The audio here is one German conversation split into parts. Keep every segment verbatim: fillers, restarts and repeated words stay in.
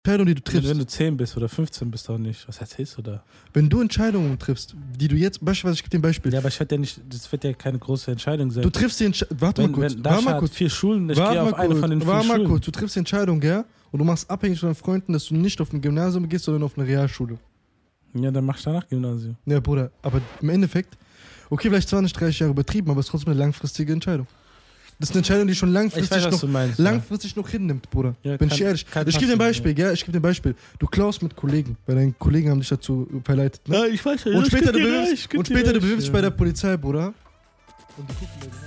Entscheidung, die du triffst. Wenn du zehn bist oder fünfzehn bist, auch nicht. Was erzählst du da? Wenn du Entscheidungen triffst, die du jetzt, beispielsweise, ich gebe dir ein Beispiel. Ja, aber ich werd ja nicht, das wird ja keine große Entscheidung sein. Du triffst die Entscheidung, warte wenn, mal kurz, wenn warte mal hat kurz. vier Schulen, ich Warte gehe auf mal eine kurz, von den vier warte mal Schulen. kurz, du triffst die Entscheidung, gell? Und du machst abhängig von deinen Freunden, dass du nicht auf ein Gymnasium gehst, sondern auf eine Realschule. Ja, dann mach ich danach Gymnasium. Ja, Bruder, aber im Endeffekt, okay, vielleicht zwanzig, dreißig Jahre übertrieben, aber es ist trotzdem eine langfristige Entscheidung. Das ist eine Entscheidung, die schon langfristig, ich weiß, was noch, du meinst, langfristig ja. noch hinnimmt, Bruder. Ja, Bin kann, ich ehrlich. kann Ich gebe dir ein passen, Beispiel, gell? Ich gebe dir ein Beispiel. Du klaust mit Kollegen, weil deine Kollegen haben dich dazu verleitet. Ne? Ja, ich weiß ja. Und das später, du geht dir bewirbst, recht, geht und dir später du recht, bewirbst ja. bei der Polizei, Bruder. Und die gucken dir nach.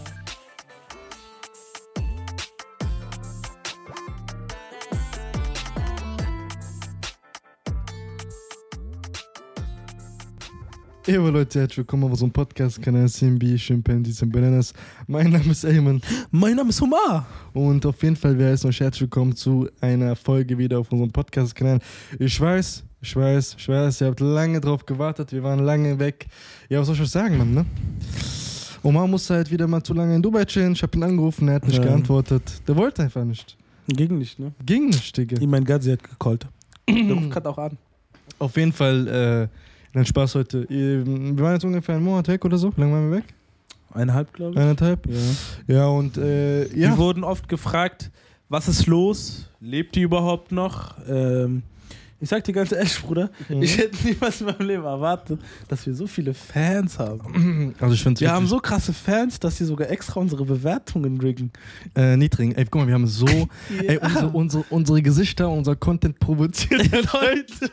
Ewa Leute, herzlich willkommen auf unserem Podcast-Kanal C M B, Chimpanzees and Bananas. Mein Name ist Ayman. Mein Name ist Omar. Und auf jeden Fall, wir heißen euch herzlich willkommen zu einer Folge wieder auf unserem Podcast-Kanal. Ich weiß, ich weiß, ich weiß, ihr habt lange drauf gewartet, wir waren lange weg. Ja, was soll ich euch sagen, Mann, ne? Omar musste halt wieder mal zu lange in Dubai chillen. Ich hab ihn angerufen, er hat nicht ja. geantwortet. Der wollte einfach nicht. Ging nicht, ne? Ging nicht, Digga. Ich mein Gazi hat gecallt. Der ruft gerade auch an. Auf jeden Fall, äh, Nein, Spaß heute. Wir waren jetzt ungefähr einen Monat weg oder so. Wie lange waren wir weg? Eineinhalb, glaube ich. Eineinhalb? Ja. Ja, und äh, ja. Wir wurden oft gefragt, was ist los? Lebt die überhaupt noch? Ähm, ich sag dir ganz ehrlich, Bruder, mhm. ich hätte niemals in meinem Leben erwartet, dass wir so viele Fans haben. Also ich find's wir haben so krasse Fans, dass sie sogar extra unsere Bewertungen riggen. Äh, niedrig. Ey, guck mal, wir haben so, ja. ey, unsere, unsere, unsere Gesichter, unser Content provoziert Leute.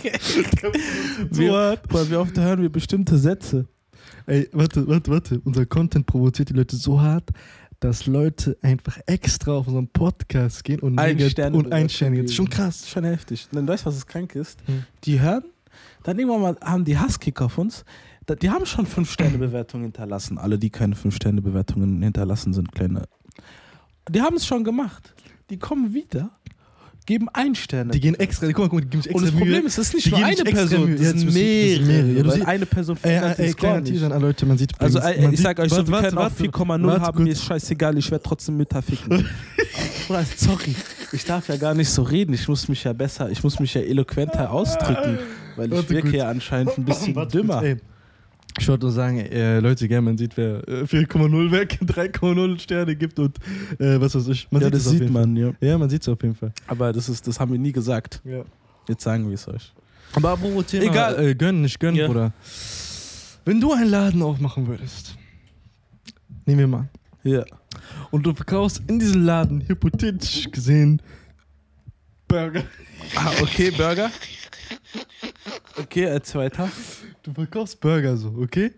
so hart. Boah, wie oft hören wir bestimmte Sätze. Ey, warte, warte, warte. Unser Content provoziert die Leute so hart, dass Leute einfach extra auf unseren Podcast gehen und ein und einstellen. Das ist schon krass. Schon heftig. Und dann weißt du, was das krank ist? Hm. Die hören, dann irgendwann mal haben die Hasskicker auf uns, die haben schon fünf Sterne Bewertungen hinterlassen. Alle, die keine fünf Sterne Bewertungen hinterlassen, sind kleine. Die haben es schon gemacht. Die kommen wieder, geben ein Sterne. Die gehen extra, guck mal, guck mal, die geben sich extra Und das Mühe. Problem ist, es ist nicht nur eine Person, das sind mehrere. mehrere. Ja, weil eine Person verändert das gar nicht. An Leute, man sieht also übrigens, ich man sag sieht, euch so, warte, wir warte, können auch vier Komma null haben, mir ist scheißegal, ich werde trotzdem Mütter ficken. Sorry, ich darf ja gar nicht so reden, ich muss mich ja besser, ich muss mich ja eloquenter ausdrücken, weil ich warte, wirke gut. ja anscheinend ein bisschen warte, dümmer. Ey. Ich wollte nur sagen, äh, Leute, gell, man sieht, wer äh, vier Komma null weg, drei Komma null Sterne gibt und äh, was weiß ich. Man ja, sieht das es auf sieht jeden man, Fall. ja. Ja, man sieht es auf jeden Fall. Aber das, ist, das haben wir nie gesagt. Ja. Jetzt sagen wir es euch. Aber apropos Thema, egal, äh, gönnen, nicht gönnen, ja. Bruder. Wenn du einen Laden aufmachen würdest, nehmen wir mal an, ja. und du verkaufst in diesem Laden, hypothetisch gesehen, Burger. Ah, okay, Burger. Okay, erzähl weiter. Du verkaufst Burger so, okay?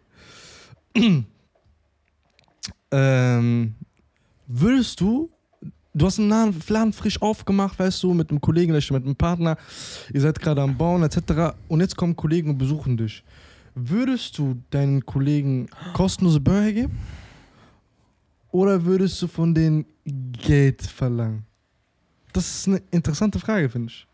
ähm, würdest du, du hast einen Laden, Laden frisch aufgemacht, weißt du, mit einem Kollegen, mit einem Partner, ihr seid gerade am Bauen et cetera. Und jetzt kommen Kollegen und besuchen dich. Würdest du deinen Kollegen kostenlose Burger geben? Oder würdest du von denen Geld verlangen? Das ist eine interessante Frage, finde ich.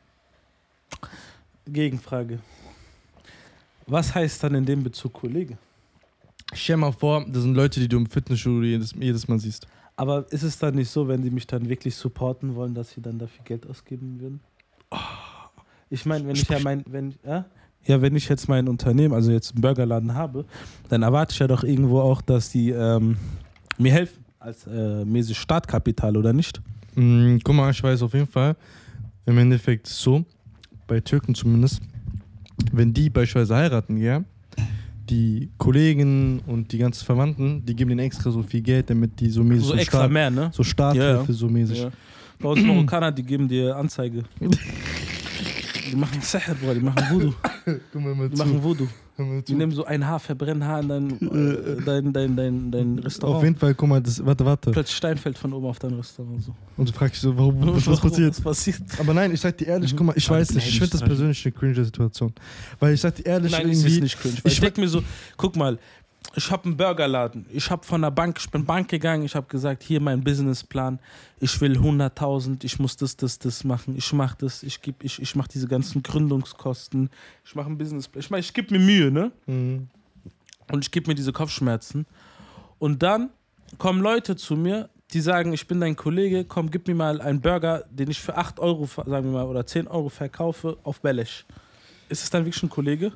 Gegenfrage. Was heißt dann in dem Bezug Kollege? Stell dir mal vor, das sind Leute, die du im Fitnessstudio jedes, jedes Mal siehst. Aber ist es dann nicht so, wenn sie mich dann wirklich supporten wollen, dass sie dann dafür Geld ausgeben würden? Ich meine, wenn ich ja mein, wenn ja? ja, wenn ich jetzt mein Unternehmen, also jetzt einen Burgerladen habe, dann erwarte ich ja doch irgendwo auch, dass die ähm, mir helfen als äh, mäßig Startkapital, oder nicht? Mm, guck mal, ich weiß auf jeden Fall, im Endeffekt ist es so, bei Türken zumindest, wenn die beispielsweise heiraten, ja, die Kollegen und die ganzen Verwandten, die geben denen extra so viel Geld, damit die so mäßig So so extra Start, mehr, ne? so Starthilfe Ja, ja. so mäßig. Ja. Bei uns Marokkaner, die geben dir Anzeige. Die machen Seher, Bruder, die machen Voodoo. Guck mal, mal Die zu. machen Voodoo. Hör mal Die zu. nehmen so ein Haar, verbrennen Haar in dein, äh, dein, dein, dein, dein Restaurant. Auf jeden Fall, guck mal, das, warte, warte. Plötzlich Stein fällt von oben auf dein Restaurant. So. Und du fragst dich so, warum, was, was passiert? Was passiert? Aber nein, ich sag dir ehrlich, guck mal, ich Aber weiß nicht, ich finde das nein, persönlich eine cringe Situation. Weil ich sag dir ehrlich, Nein, es irgendwie... ist nicht cringe. Weil ich ich denke mir so, guck mal, ich habe einen Burgerladen. Ich habe von der Bank, ich bin Bank gegangen, ich habe gesagt, hier mein Businessplan. Ich will hunderttausend, ich muss das, das, das machen. Ich mache das, ich gebe, ich, ich mache diese ganzen Gründungskosten. Ich mache einen Businessplan. Ich meine, ich gebe mir Mühe, ne? Mhm. Und ich gebe mir diese Kopfschmerzen. Und dann kommen Leute zu mir, die sagen, ich bin dein Kollege, komm, gib mir mal einen Burger, den ich für acht Euro, sagen wir mal, oder zehn Euro verkaufe, auf Belesch. Ist es dann wirklich ein Kollege?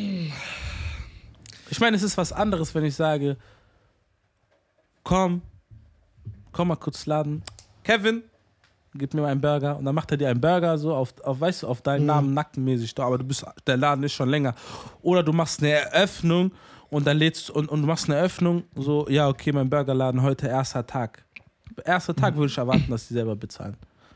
Ich meine, es ist was anderes, wenn ich sage, komm, komm mal kurz laden. Kevin, gib mir mal einen Burger. Und dann macht er dir einen Burger so auf, auf weißt du, auf deinen Namen nackenmäßig da, aber du bist, der Laden ist schon länger. Oder du machst eine Eröffnung und dann lädst und, und du machst eine Eröffnung, so, ja, okay, mein Burgerladen, heute erster Tag. Erster Tag würde ich erwarten, dass die selber bezahlen.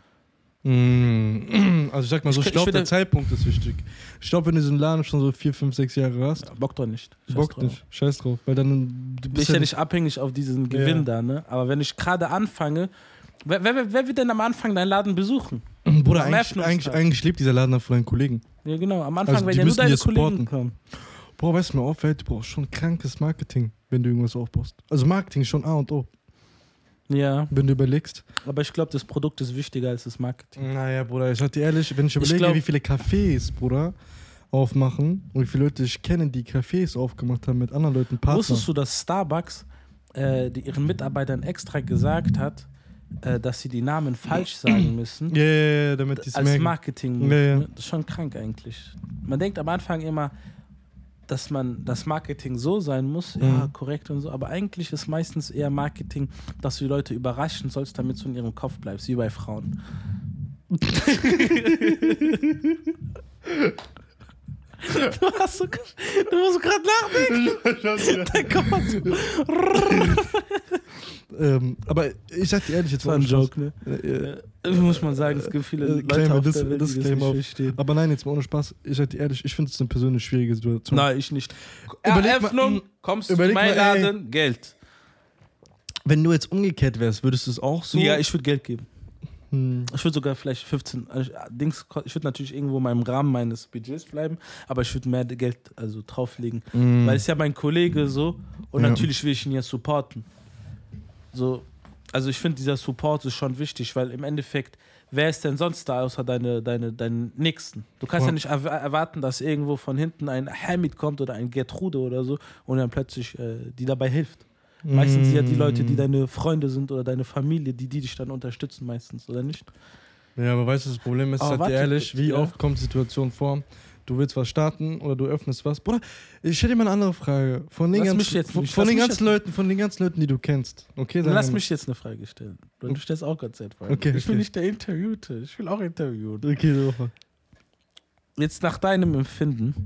Also ich sag mal so, ich, Ich- glaube, ich der würde- Zeitpunkt ist wichtig. Ich glaube, wenn du diesen Laden schon so vier, fünf, sechs Jahre hast, Ja, Bock doch nicht. Scheiß Bock drauf. nicht, scheiß drauf. Weil dann, du Du bist bist ja nicht abhängig auf diesen Gewinn Ja. da, ne? Aber wenn ich gerade anfange, wer, wer, wer wird denn am Anfang deinen Laden besuchen? Bruder, am eigentlich, Eröffnungstag. eigentlich, eigentlich lebt dieser Laden dann von deinen Kollegen. Ja, genau. Am Anfang Also, werden die ja nur müssen deine dir Kollegen supporten. kommen. Boah, weißt du, mir auffällt, du brauchst schon krankes Marketing, wenn du irgendwas aufbaust. Also Marketing ist schon A und O, Ja, wenn du überlegst. aber ich glaube, das Produkt ist wichtiger als das Marketing. Naja, Bruder, ich sag dir ehrlich, wenn ich überlege, glaub- wie viele Cafés, Bruder, aufmachen und wie viele Leute ich kenne, die Cafés aufgemacht haben mit anderen Leuten, Partnern. Wusstest du, dass Starbucks äh, die ihren Mitarbeitern extra gesagt hat, äh, dass sie die Namen falsch sagen müssen? Ja, ja, ja, damit die es als merken. Marketing. Ja, ja. Das ist schon krank eigentlich. Man denkt am Anfang immer, dass man das Marketing so sein muss, ja, Mhm. korrekt und so, aber eigentlich ist meistens eher Marketing, dass du die Leute überraschen sollst, damit du in ihrem Kopf bleibst, wie bei Frauen. Du hast so, du musst gerade nachdenken. Dein Kopf hat so- ähm, aber ich sag dir ehrlich, jetzt Das war ein ohne Spaß. Joke, ne? Äh, Äh, muss man sagen, es gibt viele Äh, Leute Claim, auf das- der Welt, das die das Claim nicht auf. verstehen. Aber nein, jetzt mal ohne Spaß, ich sag dir ehrlich, ich finde es eine persönlich schwierige Situation. Nein, ich nicht. Überleg mal, Eröffnung, mh, kommst du überleg zu meinem mal, ey. Laden, Geld. Wenn du jetzt umgekehrt wärst, würdest du es auch so? Ja, ich würde Geld geben. Hm. Ich würde sogar vielleicht fünfzehn, also Dings, ich würde natürlich irgendwo in meinem Rahmen meines Budgets bleiben, aber ich würde mehr Geld also drauflegen, Mm. weil es ja mein Kollege so und Ja. natürlich will ich ihn ja supporten. So, also ich finde, dieser Support ist schon wichtig, weil im Endeffekt, wer ist denn sonst da außer deine, deine, deinen Nächsten? Du kannst Ja. ja nicht erw- erwarten, dass irgendwo von hinten ein Hamid kommt oder ein Gertrude oder so und dann plötzlich äh, die dabei hilft. Meistens sind ja die Leute, die deine Freunde sind oder deine Familie, die, die dich dann unterstützen meistens, oder nicht? Ja, aber weißt du, das Problem ist, Aber sag dir warte ehrlich, kurz, wie ja. oft kommt die Situation vor, du willst was starten oder du öffnest was. Bruder, ich stell dir mal eine andere Frage. Von den, Lass ganzen, mich jetzt von, nicht- von lass den mich ganzen jetzt- Leuten, von den ganzen Leuten, die du kennst. Okay, Dann sagen lass wir mich jetzt eine Frage stellen. Du stellst auch ganz Zeit Fragen. Okay, Ich will okay. nicht der Interviewte, ich will auch interviewen. mal. Okay, so. Jetzt nach deinem Empfinden,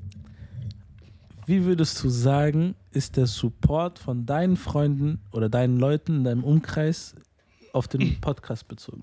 wie würdest du sagen, ist der Support von deinen Freunden oder deinen Leuten in deinem Umkreis auf den Podcast bezogen?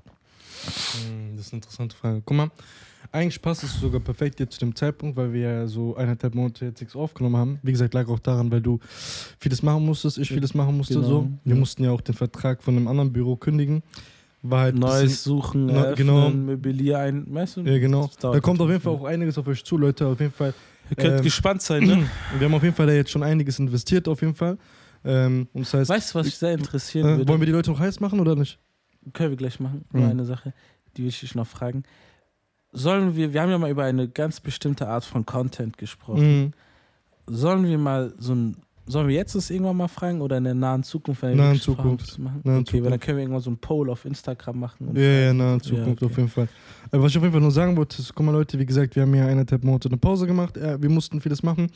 Hm, Das ist eine interessante Frage. Guck mal, eigentlich passt es sogar perfekt jetzt zu dem Zeitpunkt, weil wir ja so eineinhalb Monate jetzt nichts aufgenommen haben. Wie gesagt, lag auch daran, weil du vieles machen musstest, ich vieles machen musste. Genau, So. Wir ja. mussten ja auch den Vertrag von einem anderen Büro kündigen. War halt ein Neues bisschen- suchen, Na, eröffnen, genau. Möblier ein, weißt du? Ja, genau. Das dauert Da kommt auf jeden natürlich, Fall auch einiges auf euch zu, Leute. Auf jeden Fall. Ihr könnt ähm, gespannt sein, ne? Wir haben auf jeden Fall da jetzt schon einiges investiert, auf jeden Fall. Ähm, und das heißt, Weißt du, was ich sehr interessieren äh, würde? wollen wir die Leute noch heiß machen oder nicht? Können wir gleich machen. Nur Mhm. eine Sache, die will ich dich noch fragen. Sollen wir, wir haben ja mal über eine ganz bestimmte Art von Content gesprochen. Mhm. Sollen wir mal so ein, sollen wir jetzt das irgendwann mal fragen oder in der nahen Zukunft, wenn wir Nahen wirklich vorhaben, Zukunft. das zu machen? Nahen okay, weil dann Zukunft. können wir irgendwann so ein Poll auf Instagram machen. und Ja, ja, fragen. na, in Zukunft Ja, okay. auf jeden Fall. Aber was ich auf jeden Fall nur sagen wollte, ist, guck mal Leute, wie gesagt, wir haben ja eineinhalb Monate eine Pause gemacht. Ja, wir mussten vieles machen.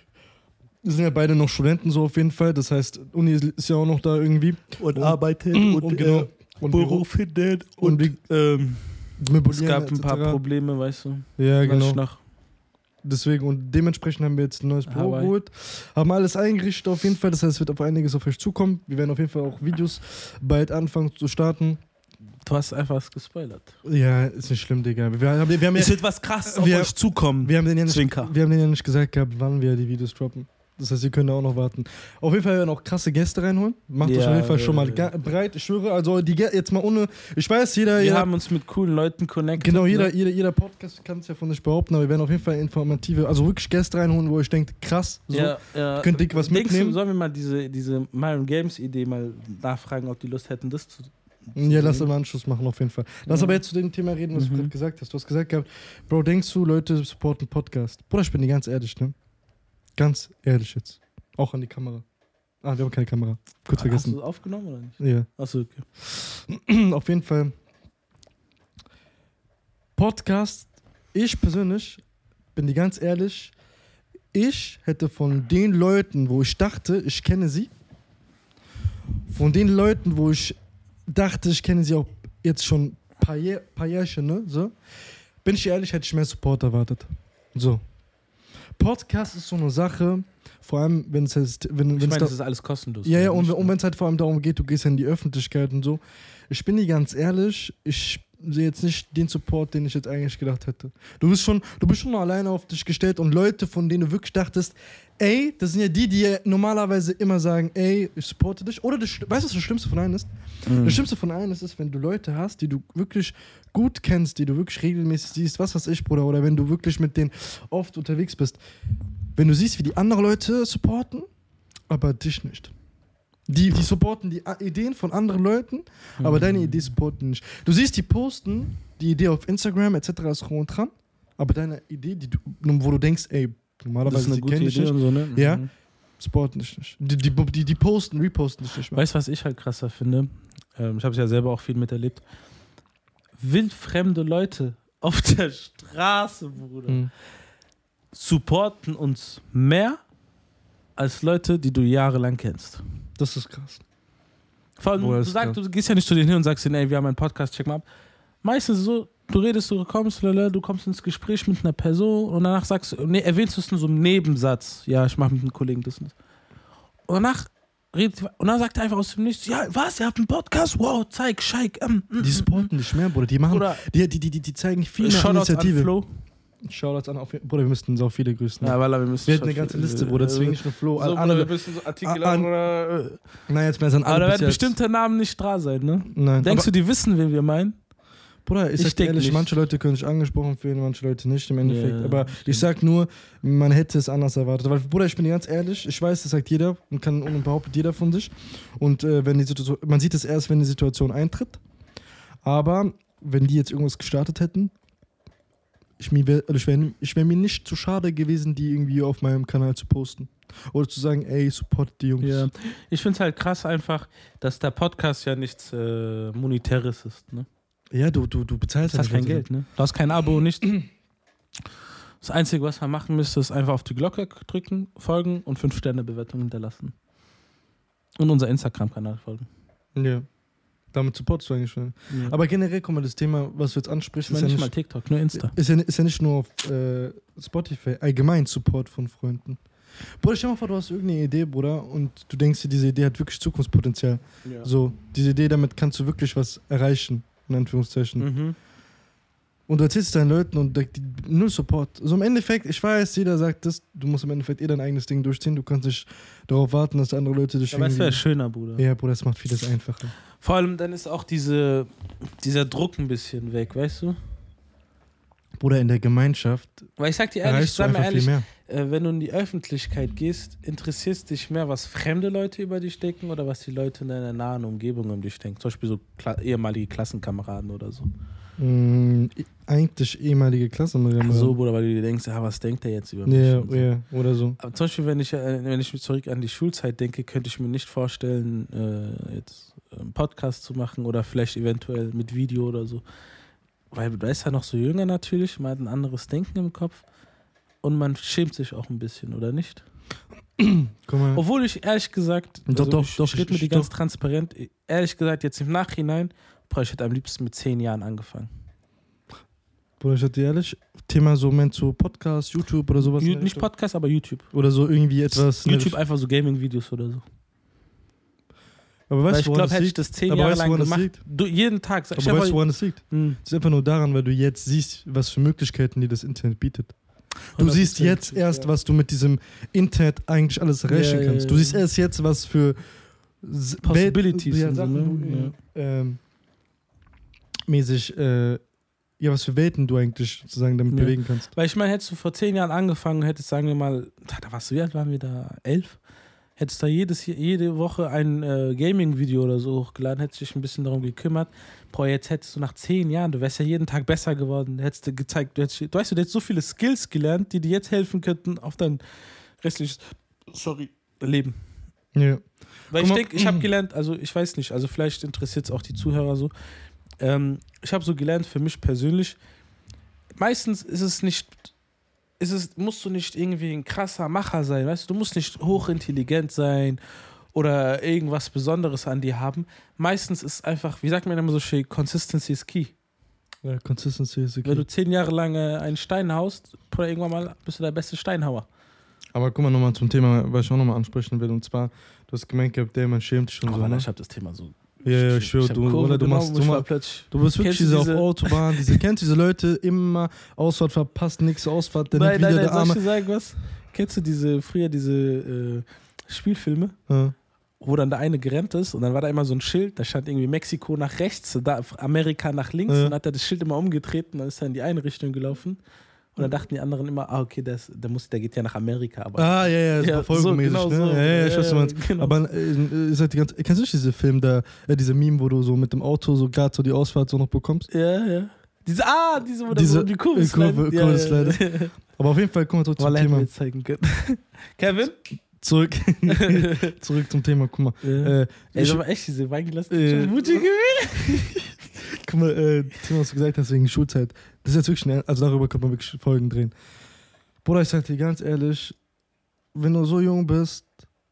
Wir sind ja beide noch Studenten so auf jeden Fall. Das heißt, Uni ist ja auch noch da irgendwie. Und Und- arbeitet Und, und, genau. äh, Und Beruf findet und und, wie- ähm, es möblieren gab ein et paar cetera. Probleme, weißt du. Ja, Was genau. ich noch, Deswegen, und dementsprechend haben wir jetzt ein neues Büro Hawaii. geholt. Haben alles eingerichtet auf jeden Fall. Das heißt, es wird auf einiges auf euch zukommen. Wir werden auf jeden Fall auch Videos bald anfangen zu starten. du hast einfach was gespoilert. Ja, ist nicht schlimm, Digga. Wir haben, wir haben, ja, Es wird was krasses auf wir- euch zukommen. wir haben den ja nicht, Zwinker. wir haben den ja nicht gesagt gehabt, wann wir die Videos droppen. Das heißt, ihr könnt da auch noch warten. Auf jeden Fall werden wir noch krasse Gäste reinholen. Macht euch Ja, auf jeden Fall schon mal äh, ga- breit. Ich schwöre, also die Gä- jetzt mal ohne. Ich weiß, jeder. Wir jeder haben uns mit coolen Leuten connected. genau, jeder, Ne? jeder, jeder Podcast kann es ja von sich behaupten, aber wir werden auf jeden Fall informative, also wirklich Gäste reinholen, wo ich denkt, krass, so. Ja, ja. Könnt ihr was Denkst mitnehmen? Du, sollen wir mal diese, diese Myron Games Idee mal nachfragen, ob die Lust hätten, das zu. Ja, lass im Anschluss machen, auf jeden Fall. Lass Ja. aber jetzt zu dem Thema reden, was du Mhm. gerade gesagt hast. Du hast gesagt gehabt, Bro, denkst du, Leute supporten Podcast? Bruder, ich bin dir ganz ehrlich, ne? Ganz ehrlich jetzt. Auch an die Kamera. Ah, wir haben keine Kamera. Kurz Hast vergessen. du es aufgenommen oder nicht? Ja. Achso, okay. Auf jeden Fall. Podcast, ich persönlich, bin dir ganz ehrlich, ich hätte von den Leuten, wo ich dachte, ich kenne sie, von den Leuten, wo ich dachte, ich kenne sie auch jetzt schon ein paar, Jahr, paar Jährchen, ne, so, bin ich ehrlich, hätte ich mehr Support erwartet. So. Podcast ist so eine Sache, vor allem, wenn es heißt, wenn Ich meine, da, das ist alles kostenlos. ja, ja, und, nicht, und wenn es halt vor allem darum geht, du gehst in die Öffentlichkeit und so. Ich bin dir ganz ehrlich, ich sehe jetzt nicht den Support, den ich jetzt eigentlich gedacht hätte. Du bist schon, du bist schon alleine auf dich gestellt und Leute, von denen du wirklich dachtest, ey, das sind ja die, die normalerweise immer sagen, ey, ich supporte dich. Oder das, weißt du, was das Schlimmste von allen ist? Mhm. Das Schlimmste von allen ist, ist, wenn du Leute hast, die du wirklich gut kennst, die du wirklich regelmäßig siehst, was weiß ich, Bruder, oder wenn du wirklich mit denen oft unterwegs bist. Wenn du siehst, wie die andere Leute supporten, aber dich nicht. Die, die supporten die Ideen von anderen Leuten, aber mhm. deine Idee supporten nicht. Du siehst, die posten die Idee auf Instagram et cetera ist und dran, aber deine Idee, die du, wo du denkst, ey, normalerweise das ist eine gute Idee und so, ne? Ja, mhm. supporten dich nicht. Die, die, die, die posten, reposten dich nicht mehr. Weißt du, was ich halt krasser finde? Ähm, ich habe es ja selber auch viel miterlebt. Wildfremde Leute auf der Straße, Bruder, mhm. supporten uns mehr als Leute, die du jahrelang kennst. Das ist krass. Vor allem, Boah, du, sagst, du gehst ja nicht zu denen hin und sagst denen, ey, wir haben einen Podcast, check mal ab. Meistens so, du redest, du kommst, du kommst ins Gespräch mit einer Person und danach sagst du, nee, erwähnst du es in so einem Nebensatz. Ja, ich mache mit einem Kollegen das nicht. Und danach redet, und dann sagt er einfach aus dem Nichts, ja, was, ihr habt einen Podcast? Wow, zeig, scheik. Ähm, die supporten dich mehr, Bruder. Die machen, Bruder, die, die, die, die zeigen viel mehr Initiative. An Flo. Shoutouts an, auf, Bruder, wir müssten so viele grüßen. Ja, weil wir müssen. Wir hätten eine ganze Liste, Bruder, deswegen nicht nur Flo. So, Bruder, wir müssen so Artikel an, oder. Nein, jetzt mehr sind alle. Aber da werden bestimmte Namen nicht da sein, ne? Nein. Denkst du, die wissen, wen wir meinen? Bruder, ich, ich sag dir ehrlich, nicht. Manche Leute können sich angesprochen fühlen, manche Leute nicht im Endeffekt. Yeah, aber stimmt. Ich sag nur, man hätte es anders erwartet. Weil, Bruder, ich bin dir ganz ehrlich, ich weiß, das sagt jeder und kann und behauptet jeder von sich. Und äh, wenn die Situation, man sieht es erst, wenn die Situation eintritt. Aber wenn die jetzt irgendwas gestartet hätten, ich, ich wäre ich wär mir nicht zu schade gewesen, die irgendwie auf meinem Kanal zu posten. Oder zu sagen, ey, support die Jungs. Ja. Ich finde es halt krass einfach, dass der Podcast ja nichts äh, Monetäres ist, ne? Ja, du, du, du bezahlst ja kein also Geld, ne? Du hast kein Abo, nichts. Das Einzige, was man machen müsste, ist einfach auf die Glocke drücken, folgen und fünf Sterne Bewertung hinterlassen. Und unser Instagram-Kanal folgen. Ja. Damit supportst du eigentlich schon. Ja. Aber generell, guck mal, das Thema, was du jetzt ansprichst, ich ist ja nicht mal TikTok, nur Insta. Ist ja, ist ja nicht nur auf äh, Spotify, allgemein Support von Freunden. Bruder, stell dir mal vor, du hast irgendeine Idee, Bruder, und du denkst dir, diese Idee hat wirklich Zukunftspotenzial. Ja. So, diese Idee, damit kannst du wirklich was erreichen, in Anführungszeichen. Mhm. Und du erzählst es deinen Leuten und die, null Support. Also im Endeffekt, ich weiß, jeder sagt das, du musst im Endeffekt eh dein eigenes Ding durchziehen, du kannst nicht darauf warten, dass andere Leute dich irgendwie... Aber es wäre schöner, Bruder. Ja, Bruder, das macht vieles einfacher. Vor allem, dann ist auch diese, dieser Druck ein bisschen weg, weißt du? Bruder, in der Gemeinschaft... Weil ich sag dir ehrlich, sag mir ehrlich, äh, wenn du in die Öffentlichkeit gehst, interessierst dich mehr, was fremde Leute über dich denken oder was die Leute in deiner nahen Umgebung um dich denken? Zum Beispiel so Kla- ehemalige Klassenkameraden oder so. Mm, eigentlich ehemalige Klassenkameraden. Ach so, Bruder, weil du dir denkst, ja, was denkt der jetzt über mich? Ja, so. ja, oder so. Aber zum Beispiel, wenn ich, wenn ich zurück an die Schulzeit denke, könnte ich mir nicht vorstellen, äh, jetzt einen Podcast zu machen oder vielleicht eventuell mit Video oder so. Weil du bist ja noch so jünger natürlich, man hat ein anderes Denken im Kopf und man schämt sich auch ein bisschen, oder nicht? Guck mal. Obwohl ich ehrlich gesagt, doch, also doch, ich, doch, ich rede mit dir ganz transparent, ehrlich gesagt jetzt im Nachhinein, boah, ich hätte am liebsten mit zehn Jahren angefangen. Bruder, ich hatte ehrlich, Thema so Moment so Podcast, YouTube oder sowas. You, nicht Podcast, aber YouTube. Oder so irgendwie etwas. YouTube einfach so Gaming-Videos oder so. Aber weißt weil ich glaube, hätte ich das zehn aber Jahre weißt, lang gemacht, du, jeden Tag. Aber weißt du, woran das liegt? Hm. Es ist einfach nur daran, weil du jetzt siehst, was für Möglichkeiten dir das Internet bietet. Du siehst jetzt erst, ja. was du mit diesem Internet eigentlich alles erreichen ja, kannst. Du siehst erst jetzt, was für Possibilities Welt, ja, Sachen, so, ne? ja. ähm, mäßig, äh, ja, was für Welten du eigentlich sozusagen damit ja. bewegen kannst. Weil ich meine, hättest du vor zehn Jahren angefangen, hättest, sagen wir mal, da warst du, wie alt waren wir da? Elf? Hättest da jedes, jede Woche ein äh, Gaming-Video oder so hochgeladen, hättest dich ein bisschen darum gekümmert. Boah, jetzt hättest du nach zehn Jahren, du wärst ja jeden Tag besser geworden, hättest du gezeigt, du, hättest, du weißt, du hättest so viele Skills gelernt, die dir jetzt helfen könnten auf dein restliches, sorry, Leben. Ja. Weil ich denke, ich habe gelernt, also ich weiß nicht, also vielleicht interessiert es auch die Zuhörer so. Ähm, ich habe so gelernt, für mich persönlich, meistens ist es nicht, ist es, musst du nicht irgendwie ein krasser Macher sein, weißt du, du musst nicht hochintelligent sein oder irgendwas Besonderes an dir haben. Meistens ist einfach, wie sagt man immer so schön, Consistency is key. Ja, Consistency is key. Wenn du zehn Jahre lang äh, einen Stein haust, oder irgendwann mal bist du der beste Steinhauer. Aber guck mal nochmal zum Thema, was ich auch nochmal ansprechen will, und zwar, du hast gemeint gehabt, der man schämt sich schon oh, so, Mann, ne? Ich hab das Thema so... Ja, ja, ich schwöre, du, oder du machst, du, machst, du bist wirklich diese auf Autobahn, diese, kennst du diese Leute, immer Ausfahrt verpasst, nächste Ausfahrt, dann nein, wieder nein, nein, der Arme. Soll ich dir sagen, was? Kennst du diese, früher diese äh, Spielfilme, ja. wo dann der eine gerannt ist und dann war da immer so ein Schild, da stand irgendwie Mexiko nach rechts, da Amerika nach links, ja. und dann hat er das Schild immer umgedreht und dann ist er in die eine Richtung gelaufen. Und dann dachten die anderen immer, ah, okay, der, ist, der, muss, der geht ja nach Amerika. Aber ah, ja, ja, das ja, war folgenmäßig, so, genau ne? so. Ja, ja, ich weiß, was du meinst. Genau. Aber äh, ist halt die ganze, kennst du nicht diese Film, da, äh, diese Meme, wo du so mit dem Auto so gerade so die Ausfahrt so noch bekommst? Ja, ja. Diese, ah, diese, wo diese, so die Kurve Kurve, ja, Kurve slide. Ja, ja. Aber auf jeden Fall, kommen wir zurück zum Thema. Wir zeigen können. Kevin? Zurück, zurück zum Thema, guck mal. Ja. Äh, Ey, aber echt diese Weingelassen. Äh, Mutig gewesen. Guck mal, äh, Thema, was du gesagt hast, wegen Schulzeit. Das ist jetzt wirklich schnell, also darüber könnte man wirklich Folgen drehen. Bruder, ich sag dir ganz ehrlich, wenn du so jung bist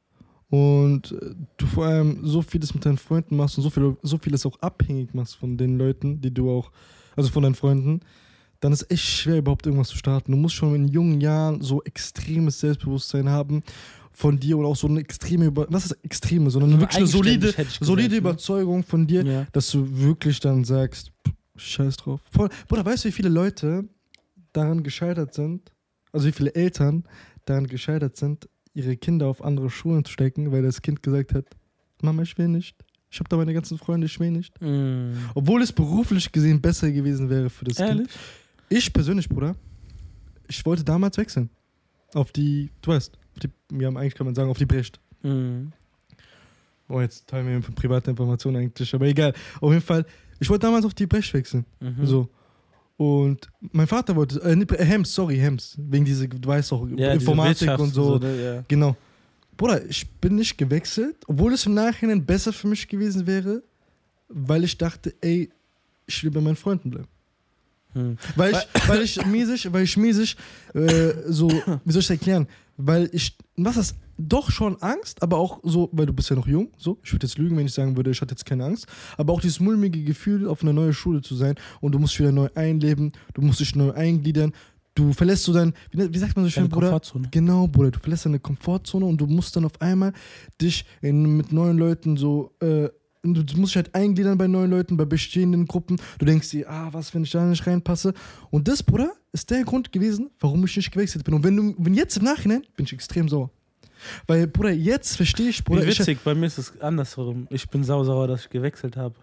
und du vor allem so vieles mit deinen Freunden machst und so, viel, so vieles auch abhängig machst von den Leuten, die du auch, also von deinen Freunden, dann ist es echt schwer, überhaupt irgendwas zu starten. Du musst schon in jungen Jahren so extremes Selbstbewusstsein haben von dir oder auch so eine extreme, Über was ist extreme, sondern wirklich eine solide, gesagt, solide ne? Überzeugung von dir, ja. dass du wirklich dann sagst, scheiß drauf. Voll, Bruder, weißt du, wie viele Leute daran gescheitert sind, also wie viele Eltern daran gescheitert sind, ihre Kinder auf andere Schulen zu stecken, weil das Kind gesagt hat, Mama, ich will nicht. Ich habe da meine ganzen Freunde, ich will nicht. Mm. Obwohl es beruflich gesehen besser gewesen wäre für das Ehrlich? Kind. Ich persönlich, Bruder, ich wollte damals wechseln. Auf die, du weißt, auf die, wir haben eigentlich, kann man sagen, auf die Brecht. Mm. Oh, jetzt teilen wir private Informationen eigentlich, aber egal. Auf jeden Fall, ich wollte damals auf die Brecht wechseln. Mhm. So. Und mein Vater wollte, äh, äh, Hems, sorry, Hems, wegen dieser, du weißt auch, ja, Informatik und so. so ne, ja. Genau. Bruder, ich bin nicht gewechselt, obwohl es im Nachhinein besser für mich gewesen wäre, weil ich dachte, ey, ich will bei meinen Freunden bleiben. Hm. Weil ich, weil ich mäßig, weil ich mäßig, äh, so, wie soll ich das erklären? Weil ich, was ist, doch schon Angst, aber auch so, weil du bist ja noch jung, so, ich würde jetzt lügen, wenn ich sagen würde, ich hatte jetzt keine Angst, aber auch dieses mulmige Gefühl, auf einer neuen Schule zu sein und du musst wieder neu einleben, du musst dich neu eingliedern, du verlässt so dein, wie, wie sagt man so schön, Deine Bruder? Komfortzone. Genau, Bruder, du verlässt deine Komfortzone und du musst dann auf einmal dich in, mit neuen Leuten so, äh, du musst dich halt eingliedern bei neuen Leuten, bei bestehenden Gruppen. Du denkst dir, ah, was, wenn ich da nicht reinpasse? Und das, Bruder, ist der Grund gewesen, warum ich nicht gewechselt bin. Und wenn du, wenn jetzt im Nachhinein, bin ich extrem sauer. Weil, Bruder, jetzt verstehe ich, Bruder. Wie witzig, ich, bei mir ist es andersherum. Ich bin sauer, dass ich gewechselt habe.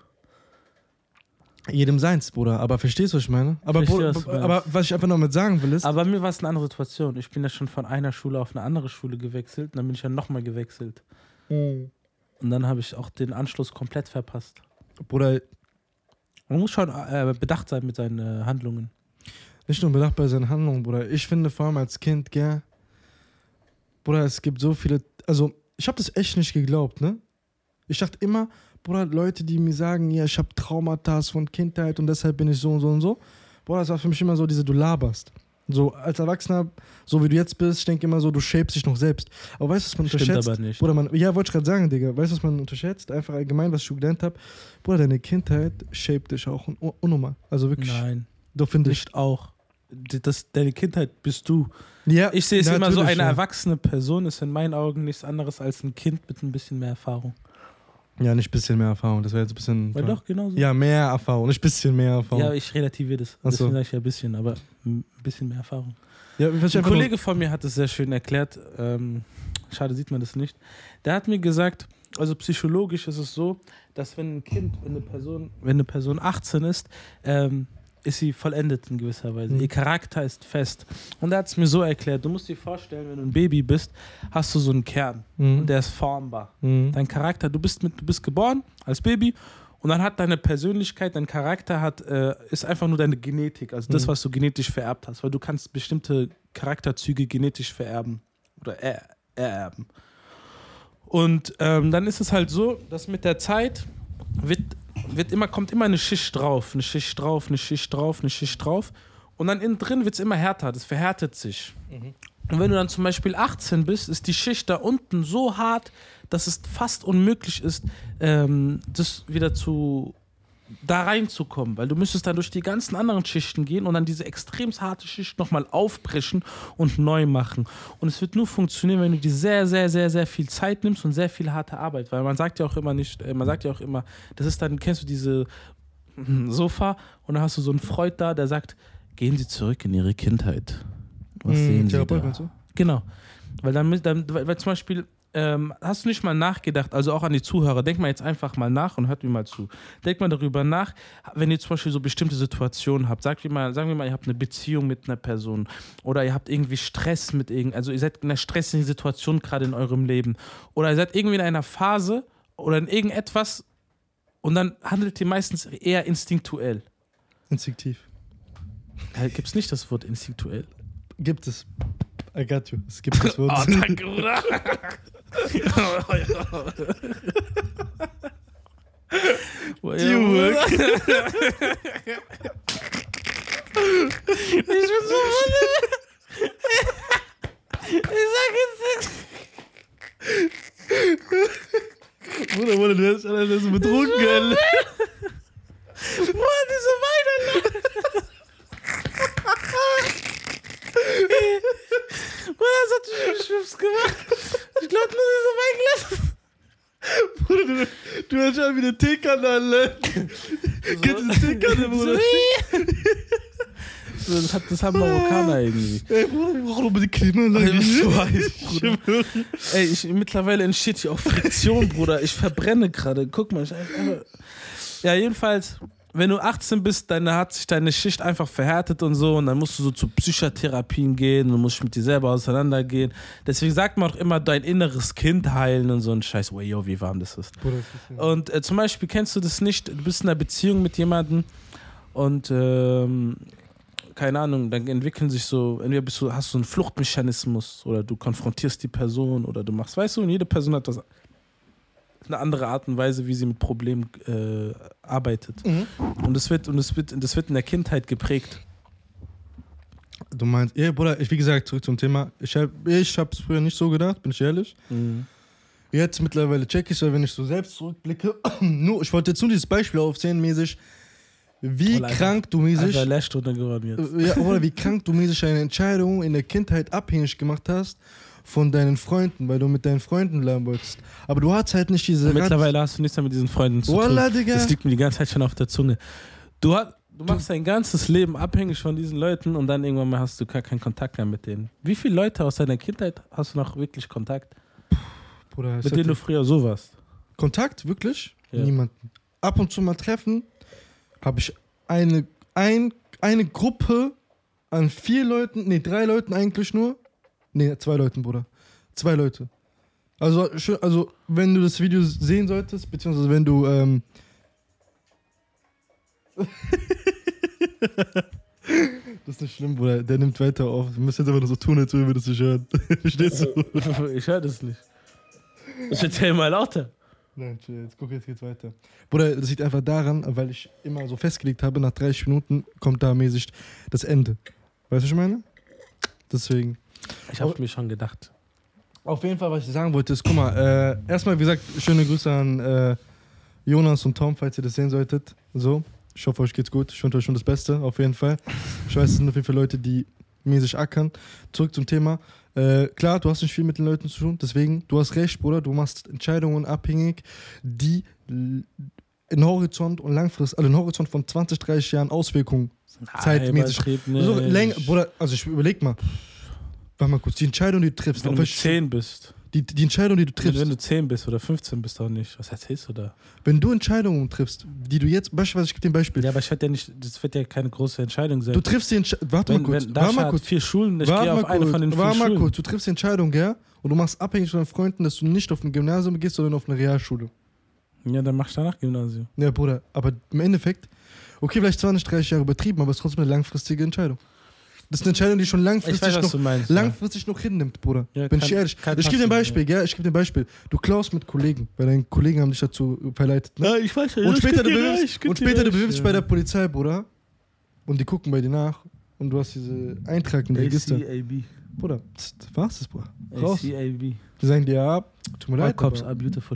Jedem seins, Bruder. Aber verstehst du, was ich meine? Aber, Verstehe, Bruder, was du aber was ich einfach noch mit sagen will, ist. Aber bei mir war es eine andere Situation. Ich bin ja schon von einer Schule auf eine andere Schule gewechselt. Und dann bin ich ja nochmal gewechselt. Mhm. Und dann habe ich auch den Anschluss komplett verpasst. Bruder. Man muss schon äh, bedacht sein mit seinen äh, Handlungen. Nicht nur bedacht bei seinen Handlungen, Bruder. Ich finde vor allem als Kind, gell. Bruder, es gibt so viele. Also, ich habe das echt nicht geglaubt, ne? Ich dachte immer, Bruder, Leute, die mir sagen, ja, ich habe Traumata von Kindheit und deshalb bin ich so und so und so. Bruder, das war für mich immer so diese, du laberst. So, als Erwachsener, so wie du jetzt bist, ich denke immer so, du shapest dich noch selbst. Aber weißt du, was man Stimmt unterschätzt? aber nicht. Bruder, man, ja, wollte ich gerade sagen, Digga. Weißt du, was man unterschätzt? Einfach allgemein, was ich gelernt habe. Bruder, deine Kindheit shaped dich auch un unnormal. Also wirklich. Nein. Doch, finde ich. Nicht auch. Das, deine Kindheit bist du. Ja, Ich sehe es immer so, eine ja. erwachsene Person ist in meinen Augen nichts anderes als ein Kind mit ein bisschen mehr Erfahrung. Ja, nicht ein bisschen mehr Erfahrung, das wäre jetzt ein bisschen... Weil doch, genau so. Ja, mehr Erfahrung, nicht ein bisschen mehr Erfahrung. Ja, ich relativiere das. Ach so. Deswegen sage ich ja ein bisschen, aber ein bisschen mehr Erfahrung. Ja, was ich Ein Kollege von mir hat es sehr schön erklärt, ähm, schade sieht man das nicht. Der hat mir gesagt, also psychologisch ist es so, dass wenn ein Kind, wenn eine Person, wenn eine Person achtzehn ist, ähm, ist sie vollendet in gewisser Weise. Mhm. Ihr Charakter ist fest. Und er hat es mir so erklärt, du musst dir vorstellen, wenn du ein Baby bist, hast du so einen Kern Mhm. und der ist formbar. Mhm. Dein Charakter, du bist, mit, du bist geboren als Baby und dann hat deine Persönlichkeit, dein Charakter hat, äh, ist einfach nur deine Genetik, also das, Mhm. was du genetisch vererbt hast, weil du kannst bestimmte Charakterzüge genetisch vererben oder er, ererben. Und ähm, dann ist es halt so, dass mit der Zeit wird, wird immer, kommt immer eine Schicht drauf, eine Schicht drauf, eine Schicht drauf, eine Schicht drauf. Und dann innen drin wird es immer härter, das verhärtet sich. Mhm. Und wenn du dann zum Beispiel achtzehn bist, ist die Schicht da unten so hart, dass es fast unmöglich ist, ähm, das wieder zu da reinzukommen, weil du müsstest dann durch die ganzen anderen Schichten gehen und dann diese extrem harte Schicht nochmal aufbrechen und neu machen. Und es wird nur funktionieren, wenn du dir sehr, sehr, sehr, sehr viel Zeit nimmst und sehr viel harte Arbeit, weil man sagt ja auch immer nicht, man sagt ja auch immer, das ist dann, kennst du diese Sofa und dann hast du so einen Freud da, der sagt, gehen Sie zurück in Ihre Kindheit. Was mmh, sehen Sie da? So? Genau, weil dann, dann weil, weil zum Beispiel Ähm, hast du nicht mal nachgedacht, also auch an die Zuhörer, denk mal jetzt einfach mal nach und hört mir mal zu. Denk mal darüber nach, wenn ihr zum Beispiel so bestimmte Situationen habt, sagt mir mal, sagen wir mal, ihr habt eine Beziehung mit einer Person oder ihr habt irgendwie Stress mit irgend, also ihr seid in einer stressigen Situation gerade in eurem Leben oder ihr seid irgendwie in einer Phase oder in irgendetwas und dann handelt ihr meistens eher instinktuell. Instinktiv. Äh, Gibt es nicht das Wort instinktuell? Gibt es. I got you. Es gibt das Wort. Oh, danke, Bruder. Teamwork. Ich bin so wunderbar. Ich sag jetzt nichts. Bruder, Bruder, du hast alles so betrunken, Alter. Bruder, diese Weine. Bruder, das hat mich schwips gemacht. Ich glaube nur diese Weinglas. Bruder, du, du hast schon wieder Teekanne, Alter. So. Kennst du das Teekanne, Bruder? So, das, hat, das haben Marokkaner irgendwie. Ey, Bruder, wir brauchen aber die Klimaanlage. So heiß, Bruder. Ey, ich, mittlerweile entsteht hier auch Friktion, Bruder. Ich verbrenne gerade. Guck mal, ich einfach... Ja, jedenfalls... Wenn du achtzehn bist, dann hat sich deine Schicht einfach verhärtet und so und dann musst du so zu Psychotherapien gehen und musst mit dir selber auseinandergehen. Deswegen sagt man auch immer, dein inneres Kind heilen und so ein Scheiß. Oh, yo, wie warm das ist. Und äh, zum Beispiel kennst du das nicht, du bist in einer Beziehung mit jemandem und ähm, keine Ahnung, dann entwickeln sich so, entweder bist du, hast du einen Fluchtmechanismus oder du konfrontierst die Person oder du machst, weißt du, und jede Person hat das eine andere Art und Weise, wie sie mit Problemen äh, arbeitet. Mhm. Und das wird, und das wird, das wird in der Kindheit geprägt. Du meinst, ja, Bruder, ich, wie gesagt, zurück zum Thema. Ich habe ich hab's früher nicht so gedacht, bin ich ehrlich. Mhm. Jetzt mittlerweile check ich, weil wenn ich so selbst zurückblicke, nur, ich wollte jetzt nur dieses Beispiel aufzählen, mäßig, wie oder krank einfach, du mäßig. Geworden jetzt. Ja, oder wie krank du mäßig eine Entscheidung in der Kindheit abhängig gemacht hast von deinen Freunden, weil du mit deinen Freunden lernen wolltest. Aber du hast halt nicht diese... Und mittlerweile hast du nichts mehr mit diesen Freunden zu Wallah, tun. Digga. Das liegt mir die ganze Zeit schon auf der Zunge. Du, hast, du machst dein ganzes Leben abhängig von diesen Leuten und dann irgendwann mal hast du gar keinen Kontakt mehr mit denen. Wie viele Leute aus deiner Kindheit hast du noch wirklich Kontakt? Bruder, mit denen du früher so warst? Kontakt? Wirklich? Ja. Niemanden. Ab und zu mal treffen, habe ich eine, ein, eine Gruppe an vier Leuten, nee, drei Leuten eigentlich nur. Nee, zwei Leuten, Bruder. Zwei Leute. Also, also, wenn du das Video sehen solltest, beziehungsweise wenn du, ähm das ist nicht schlimm, Bruder. Der nimmt weiter auf. Du musst jetzt einfach nur so tun, als würden wir das nicht hören. Verstehst du? Ich höre das nicht. Ich erzähl mal lauter. Nein, chill, jetzt guck, jetzt geht's weiter. Bruder, das liegt einfach daran, weil ich immer so festgelegt habe, nach dreißig Minuten kommt da mäßig das Ende. Weißt du, was ich meine? Deswegen. Ich habe mir schon gedacht. Auf jeden Fall, was ich sagen wollte, ist, guck mal, äh, erstmal, wie gesagt, schöne Grüße an äh, Jonas und Tom, falls ihr das sehen solltet. So, ich hoffe, euch geht's gut. Ich wünsche euch schon das Beste, auf jeden Fall. Ich weiß, es sind auf jeden Fall Leute, die mäßig ackern. Zurück zum Thema. Äh, klar, du hast nicht viel mit den Leuten zu tun, deswegen, du hast recht, Bruder, du machst Entscheidungen abhängig, die in Horizont und langfristig, also in Horizont von zwanzig, dreißig Jahren Auswirkungen zeitmäßig. So länger, Bruder, also ich überleg mal. Warte mal kurz, die Entscheidung, die du triffst. Wenn du zehn bist. Die, die Entscheidung, die du triffst. Wenn du zehn bist oder fünfzehn bist, auch nicht. Was erzählst du da? Wenn du Entscheidungen triffst, die du jetzt, beispielsweise, ich gebe dir ein Beispiel. Ja, aber ich ja nicht, das wird ja keine große Entscheidung sein. Du triffst die Entscheidung, warte wenn, mal kurz. Wenn warte mal kurz. vier Schulen, ich gehe auf eine von den vier warte Schulen. mal kurz, du triffst die Entscheidung, gell? Und du machst abhängig von deinen Freunden, dass du nicht auf ein Gymnasium gehst, sondern auf eine Realschule. Ja, dann mach ich danach Gymnasium. Ja, Bruder, aber im Endeffekt, okay, vielleicht zwanzig, dreißig Jahre übertrieben, aber es ist trotzdem eine langfristige Entscheidung. Das ist eine Entscheidung, die schon langfristig, Ich weiß, was du noch, meinst, langfristig noch hinnimmt, Bruder. Ja, Bin kann- ich ehrlich. kann Ich gebe dir ein passieren, Beispiel, ja. Ich gebe dir ein Beispiel. Du klaust mit Kollegen, weil deine Kollegen haben dich dazu verleitet. Ne? Ja, ich weiß ja. Und ich später, geb du dir bewirbst, recht, ich geb und dir später du recht, bewirbst dich ja. bei der Polizei, Bruder. Und die gucken bei dir nach. Und du hast diese Eintrag in der Register. A C A B. Bruder, das war's das, Bruder. Raus. A C A B. Die sagen dir, ja, tut mir All leid. cops aber- are beautiful.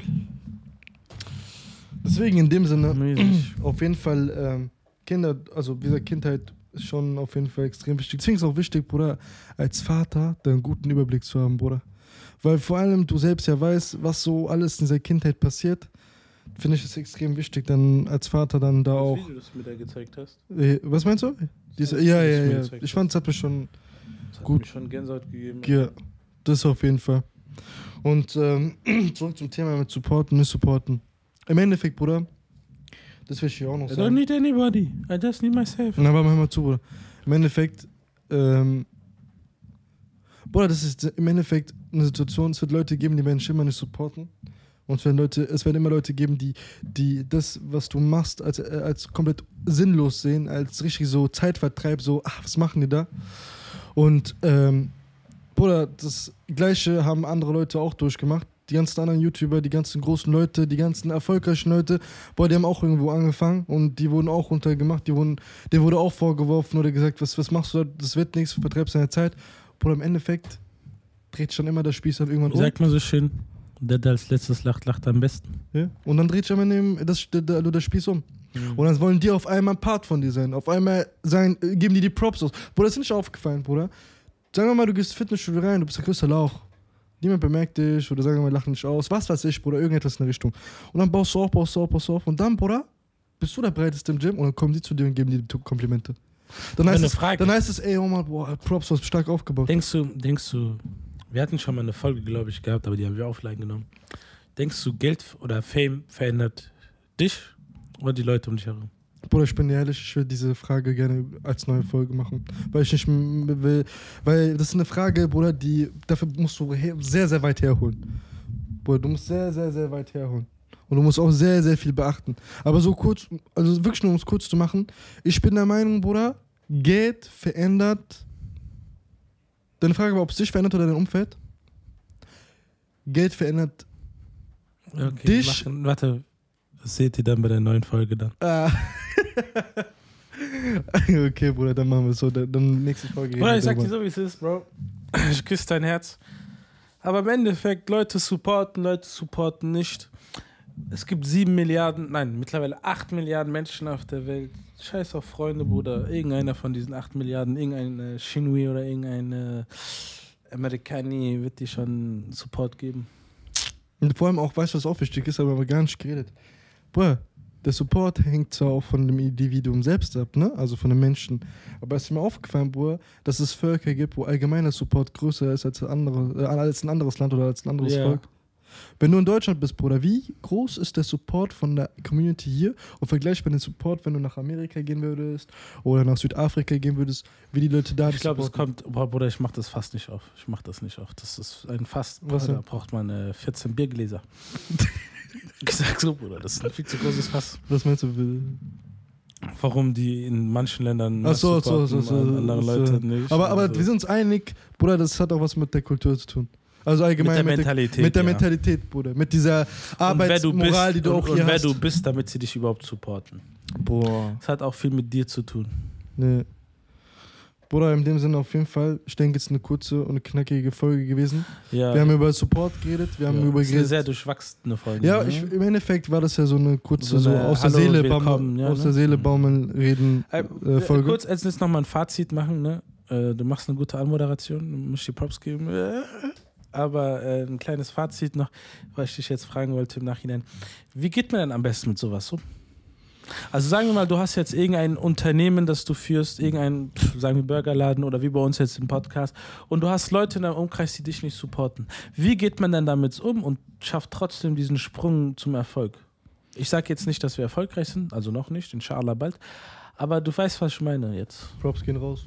Deswegen in dem Sinne, Mäßig. auf jeden Fall, ähm, Kinder, also wie gesagt, Kindheit ist schon auf jeden Fall extrem wichtig. Deswegen ist es auch wichtig, Bruder, als Vater da einen guten Überblick zu haben, Bruder. Weil vor allem du selbst ja weißt, was so alles in dieser Kindheit passiert, finde ich es extrem wichtig, dann als Vater dann da auch. Das Video, das du mir da gezeigt hast. Äh, Was meinst du? Diese, Das ja, Video, das ja, du mir ja. gezeigt Ich fand, es hat mir schon, Das hat Gut. mir schon Gänsehaut gegeben. ja, das auf jeden Fall. Und ähm, zurück zum Thema mit Supporten, nicht Supporten. Im Endeffekt, Bruder, das will ich hier auch noch I don't sagen. need anybody. I just need myself. Na, aber hör mal zu, Bruder. Im Endeffekt, ähm, Bruder, das ist im Endeffekt eine Situation, es wird Leute geben, die werden dich immer nicht supporten. Und es werden Leute, es werden immer Leute geben, die, die das, was du machst, als, äh, als komplett sinnlos sehen, als richtig so Zeitvertreib, so, ach, was machen die da? Und, ähm, Bruder, das Gleiche haben andere Leute auch durchgemacht. Die ganzen anderen YouTuber, die ganzen großen Leute, die ganzen erfolgreichen Leute, boah, die haben auch irgendwo angefangen und die wurden auch runtergemacht, die wurden, denen wurde auch vorgeworfen oder gesagt, was, was machst du da, das wird nichts, du vertreibst deine Zeit. Bruder, im Endeffekt dreht schon immer das Spieß dann irgendwann Wie um. sagt man so schön? Der, der als letztes lacht, lacht am besten. Ja? Und dann dreht sich am Ende das, das, das Spieß um. Mhm. Und dann wollen die auf einmal Part von dir sein. Auf einmal sein, äh, geben die die Props aus. Bruder, das ist nicht aufgefallen, Bruder. Sagen wir mal, du gehst Fitnessstudio rein, du bist der größte Lauch. Niemand bemerkt dich oder sagen wir mal, lachen dich aus. Was weiß ich, Bruder, irgendetwas in der Richtung. Und dann baust du auf, baust du auf, baust du auf. Und dann, Bruder, bist du der Breiteste im Gym und dann kommen die zu dir und geben dir die Komplimente. Dann heißt, Eine es, Frage. dann heißt es, ey, Omar, boah, Props, du hast stark aufgebaut. Denkst du, denkst du, wir hatten schon mal eine Folge, glaube ich, gehabt, aber die haben wir offline genommen. Denkst du, Geld oder Fame verändert dich oder die Leute um dich herum? Bruder, ich bin dir ehrlich, ich will diese Frage gerne als neue Folge machen. Weil ich nicht m- will, weil das ist eine Frage, Bruder, die, dafür musst du her, sehr, sehr weit herholen. Bruder, du musst sehr, sehr, sehr weit herholen. Und du musst auch sehr, sehr viel beachten. Aber so kurz, also wirklich nur um es kurz zu machen, ich bin der Meinung, Bruder, Geld verändert. Deine Frage war, ob es dich verändert oder dein Umfeld? Geld verändert Okay, dich. machen, warte, das seht ihr dann bei der neuen Folge dann. Ah. Okay, Bruder, dann machen wir es so. Dann, dann nächste Folge. Bruder, reden ich wir sag dir drüber. so, wie es ist, Bro. Ich küsse dein Herz. Aber im Endeffekt, Leute supporten, Leute supporten nicht. Es gibt sieben Milliarden, nein, mittlerweile acht Milliarden Menschen auf der Welt. Scheiß auf Freunde, Bruder. Irgendeiner von diesen acht Milliarden, irgendein äh, Shinui oder irgendein äh, Amerikani wird dir schon Support geben. Und vor allem auch, weißt du, was auch wichtig ist, aber wir haben gar nicht geredet. Bruder, der Support hängt zwar auch von dem Individuum selbst ab, ne? Also von den Menschen. Aber es ist mir aufgefallen, Bruder, dass es Völker gibt, wo allgemeiner Support größer ist als, andere, äh, als ein anderes Land oder als ein anderes Ja. Volk. Wenn du in Deutschland bist, Bruder, wie groß ist der Support von der Community hier und vergleichbar den Support, wenn du nach Amerika gehen würdest oder nach Südafrika gehen würdest, wie die Leute da Ich glaube, es supporten? kommt, boah, Bruder, ich mach das fast nicht auf. Ich mach das nicht auf. Das ist ein Fass. Was da denn? braucht man äh, vierzehn Biergläser. Ich sag so, Bruder, das ist ein viel zu großes Fass. Was meinst du? Warum die in manchen Ländern Ach so, so, so, supporten, so, andere so. Leute nicht. Aber, aber Also wir sind uns einig, Bruder, das hat auch was mit der Kultur zu tun. Also allgemein mit der Mentalität. mit der ja. Mentalität, Bruder. Mit dieser Und wer du Arbeitsmoral, bist, die du und, auch und hier wer hast. du bist, damit sie dich überhaupt supporten. Boah. Das hat auch viel mit dir zu tun. Nee. Bruder, in dem Sinne auf jeden Fall, ich denke, es ist eine kurze und eine knackige Folge gewesen. Ja, Wir haben über Support geredet, wir haben ja. über Das ist eine geredet. sehr durchwachsene Folge. Ja, ne? ich, im Endeffekt war das ja so eine kurze, So so, eine aus der Hallo, Seele willkommen, baumeln, ja, aus ne? der Seele baumeln reden Äh, äh, Folge. Kurz, als jetzt nochmal ein Fazit machen, ne? Äh, du machst eine gute Anmoderation, du musst dir Props geben. Äh, Aber äh, ein kleines Fazit noch, was ich dich jetzt fragen wollte im Nachhinein. Wie geht man denn am besten mit sowas um? Also sagen wir mal, du hast jetzt irgendein Unternehmen, das du führst, irgendein, pff, sagen wir Burgerladen oder wie bei uns jetzt im Podcast und du hast Leute in deinem Umkreis, die dich nicht supporten. Wie geht man denn damit um und schafft trotzdem diesen Sprung zum Erfolg? Ich sage jetzt nicht, dass wir erfolgreich sind, also noch nicht, inshallah bald, aber du weißt, was ich meine jetzt. Props gehen raus.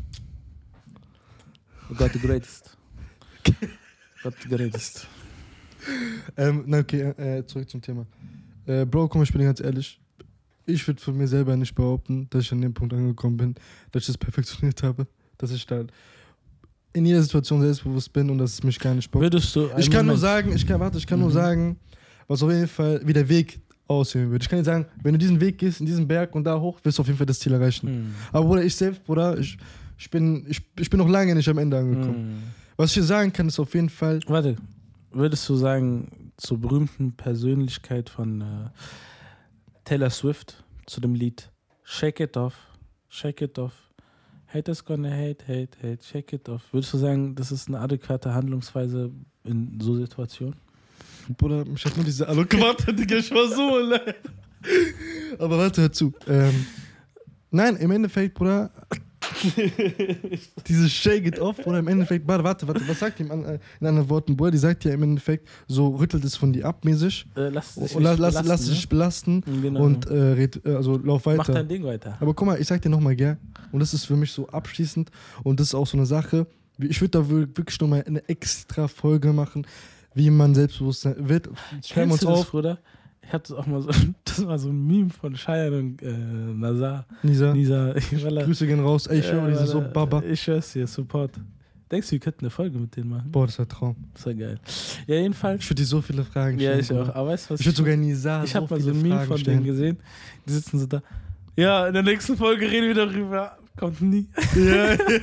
You got the greatest. Got the greatest. Ähm, na okay, äh, zurück zum Thema. Äh, Bro, komm, ich bin dir ganz ehrlich. Ich würde von mir selber nicht behaupten, dass ich an dem Punkt angekommen bin, dass ich das perfektioniert habe. dass ich da in jeder Situation selbstbewusst bin und dass es mich gar nicht bockt. Würdest du Ich kann Moment. nur sagen, ich kann, warte, ich kann Mhm. nur sagen, was auf jeden Fall, wie der Weg aussehen würde. Ich kann dir sagen, wenn du diesen Weg gehst, in diesen Berg und da hoch, wirst du auf jeden Fall das Ziel erreichen. Mhm. Aber Bruder, ich selbst, Bruder, ich, ich, bin, ich, ich bin noch lange nicht am Ende angekommen. Mhm. Was ich dir sagen kann, ist auf jeden Fall, Warte, würdest du sagen, zur berühmten Persönlichkeit von äh, Taylor Swift, zu dem Lied Shake It Off, Shake It Off, Haters gonna hate, hate, hate, shake it off. Würdest du sagen, das ist eine adäquate Handlungsweise in so Situationen? Bruder, mich hat nur diese Alu gewartet, Digga, ich war so leid. Aber warte, hör zu. Ähm, nein, im Endeffekt, Bruder, dieses Shake It Off, Bruder, im Endeffekt, warte, warte, warte, was sagt die in anderen Worten, Bruder? Die sagt ja im Endeffekt, so rüttelt es von dir ab, mäßig. Äh, lass dich Und lass, nicht lass, belasten, lass ne? dich belasten Genau. und äh, red, äh, also lauf weiter. Mach dein Ding weiter. Aber guck mal, ich sag dir nochmal, gell, und das ist für mich so abschließend und das ist auch so eine Sache, ich würde da wirklich nochmal eine extra Folge machen, wie man selbstbewusst wird. Schreiben wir uns Kennst du das, auf. Bruder? Ich hatte auch mal so, das war so ein Meme von Cheyenne und äh, Nazar. Nisa, Nisa, Grüße gehen raus. Ey, ich höre, die sind so Baba. Ich höre dir, Support. Denkst du, wir könnten eine Folge mit denen machen? Boah, das war ein Traum. Das wäre geil. Ja, jedenfalls. Ich würde dir so viele Fragen Ja, stellen. ich auch. Bruder. Aber weißt du, was Ich würde sogar Nisa Ich so habe mal so viele ein Meme Fragen von stellen. denen gesehen. Die sitzen so da. Ja, in der nächsten Folge reden wir darüber. Kommt nie. Ja. die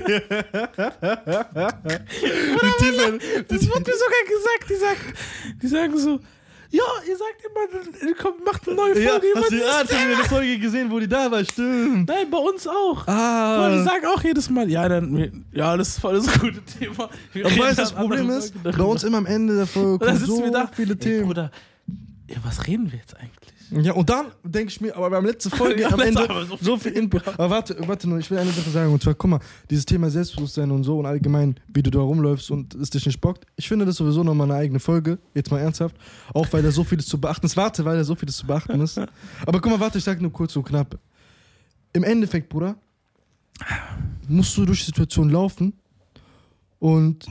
Tiefe, Das wird mir sogar gesagt. Die, sagt, die sagen so, ja, ihr sagt immer, kommt, macht eine neue ja, Folge. hast du immer ja, dieses hast du eine Folge gesehen, wo die da war? Stimmt. Nein, bei uns auch. Ah. Boah, die sagen auch jedes Mal, ja, dann, ja, das ist voll das gute Thema. Wir Aber reden weißt du, das dann andere Problem ist, Folgen bei darüber. uns immer am Ende der Folge Und dann kommen sitzen so wir da. viele Ey, Themen. Bruder, ja, was reden wir jetzt eigentlich? Ja, und dann denke ich mir, aber beim letzten Folge Ja, am letzte Ende aber so so viel Input. Aber warte, warte nur, ich will eine Sache sagen. Und zwar, guck mal, dieses Thema Selbstbewusstsein und so und allgemein, wie du da rumläufst und es dich nicht bockt. Ich finde das sowieso nochmal eine eigene Folge. Jetzt mal ernsthaft. Auch weil da so vieles zu beachten ist. Warte, weil da so vieles zu beachten ist. Aber guck mal, warte, ich sag nur kurz so knapp. Im Endeffekt, Bruder, musst du durch die Situation laufen und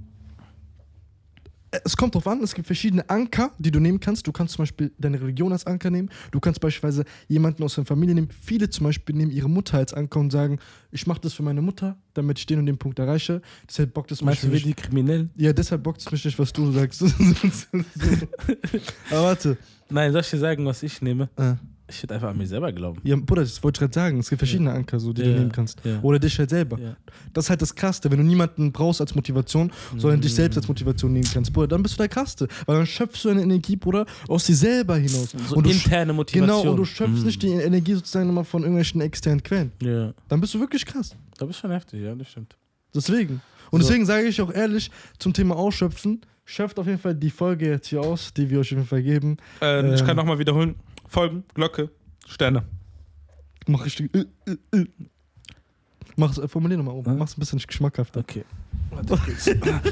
es kommt drauf an, es gibt verschiedene Anker, die du nehmen kannst. Du kannst zum Beispiel deine Religion als Anker nehmen. Du kannst beispielsweise jemanden aus deiner Familie nehmen. Viele zum Beispiel nehmen ihre Mutter als Anker und sagen, ich mache das für meine Mutter, damit ich den und den Punkt erreiche. Deshalb bockt es mich Meinst du, wie nicht. die Kriminellen? Ja, deshalb bockt es mich nicht, was du sagst. Aber warte. Nein, soll ich dir sagen, was ich nehme? Äh. Ich würde einfach an mich selber glauben. Ja, Bruder, das wollte ich gerade sagen. Es gibt verschiedene Anker, so, die Ja, du nehmen kannst. ja. Oder dich halt selber. Ja. Das ist halt das Krasse, wenn du niemanden brauchst als Motivation, sondern dich selbst als Motivation nehmen kannst, Bruder, dann bist du der Krasse. Weil dann schöpfst du deine Energie, Bruder, aus dir selber hinaus. So und du interne Motivation. Genau, und du schöpfst Mhm. nicht die Energie sozusagen nochmal von irgendwelchen externen Quellen. Ja, Dann bist du wirklich krass. da bist du schon heftig, ja, das stimmt. Deswegen. Und So. deswegen sage ich auch ehrlich zum Thema Ausschöpfen, schöpft auf jeden Fall die Folge jetzt hier aus, die wir euch auf jeden Fall geben. Ähm, Ähm. Ich kann nochmal wiederholen. Folgen, Glocke, Sterne. Mach richtig. Äh, äh, äh. Mach's, äh, formulier nochmal um. Hm? Mach's ein bisschen geschmackhafter. Okay. Warte kurz.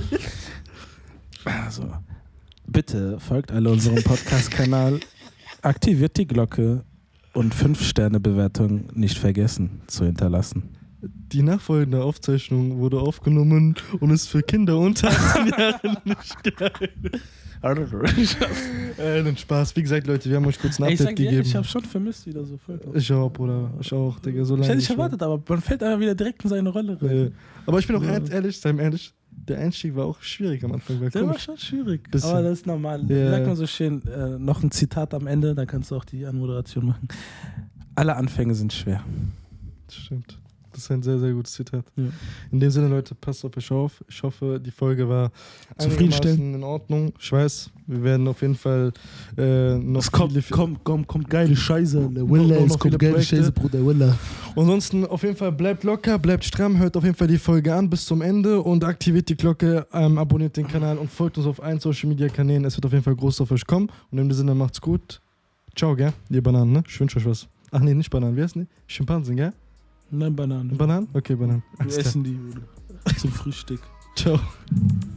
Also, bitte folgt alle unserem Podcast-Kanal, aktiviert die Glocke und fünf Sterne Bewertung nicht vergessen zu hinterlassen. Die nachfolgende Aufzeichnung wurde aufgenommen und ist für Kinder unter achtzehn Jahren nicht geil. äh, den Spaß. Wie gesagt, Leute, wir haben euch kurz ein Ey, Update ich sag dir, gegeben. ich habe schon vermisst wieder so voll. Ich auch, Bruder. Ich auch, Digga. So Ich lange hätte nicht nicht erwartet, aber man fällt einfach wieder direkt in seine Rolle rein. mehr. Äh, Aber ich bin auch Ja. ehrlich, ehrlich, sei mir ehrlich, der Einstieg war auch schwierig am Anfang. Weil Der war komisch. schon schwierig. Bisschen. Aber das ist normal. Ja. Sagt man so schön, äh, noch ein Zitat am Ende, dann kannst du auch die Anmoderation machen. Alle Anfänge sind schwer. Das stimmt. Das ist ein sehr, sehr gutes Zitat. Ja. In dem Sinne, Leute, passt auf euch auf. Ich hoffe, die Folge war Zufriedenstellend. einigermaßen in Ordnung. Ich weiß, wir werden auf jeden Fall äh, noch Es kommt, viele... kommt, kommt, kommt geile Scheiße. Der Noch- Willa, noch es kommt viele geile Projekte. Scheiße, Bruder, Willa. Ansonsten auf jeden Fall bleibt locker, bleibt stramm, hört auf jeden Fall die Folge an bis zum Ende und aktiviert die Glocke, ähm, abonniert den Kanal und folgt uns auf allen Social Media Kanälen. Es wird auf jeden Fall groß auf euch kommen. Und in dem Sinne macht's gut. Ciao, gell? Ihr Bananen, ne? Ich wünsche euch was. Ach nee, nicht Bananen, wie heißt die? Schimpansen, gell? Nein, Bananen. Bananen? Okay, Bananen. Wir Alles klar. essen die Bruder. Zum Frühstück. Ciao.